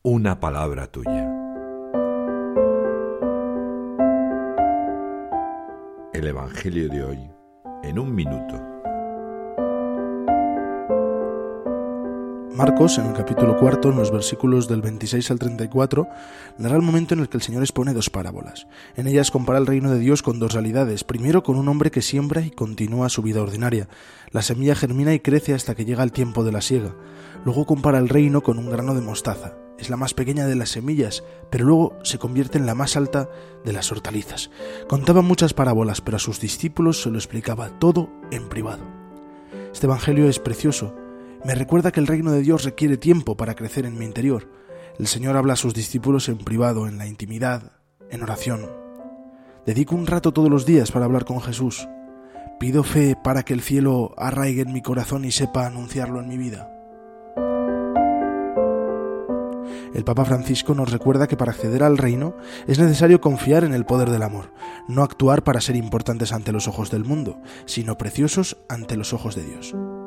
una palabra tuya. El Evangelio de hoy, en un minuto. Marcos, en el capítulo 4, en los versículos del 26 al 34, narra el momento en el que el Señor expone dos parábolas. En ellas compara el reino de Dios con dos realidades. Primero, con un hombre que siembra y continúa su vida ordinaria. La semilla germina y crece hasta que llega el tiempo de la siega. Luego compara el reino con un grano de mostaza. Es la más pequeña de las semillas, pero luego se convierte en la más alta de las hortalizas. Contaba muchas parábolas, pero a sus discípulos se lo explicaba todo en privado. Este evangelio es precioso. Me recuerda que el reino de Dios requiere tiempo para crecer en mi interior. El Señor habla a sus discípulos en privado, en la intimidad, en oración. Dedico un rato todos los días para hablar con Jesús. Pido fe para que el cielo arraigue en mi corazón y sepa anunciarlo en mi vida. El Papa Francisco nos recuerda que para acceder al reino es necesario confiar en el poder del amor, no actuar para ser importantes ante los ojos del mundo, sino preciosos ante los ojos de Dios.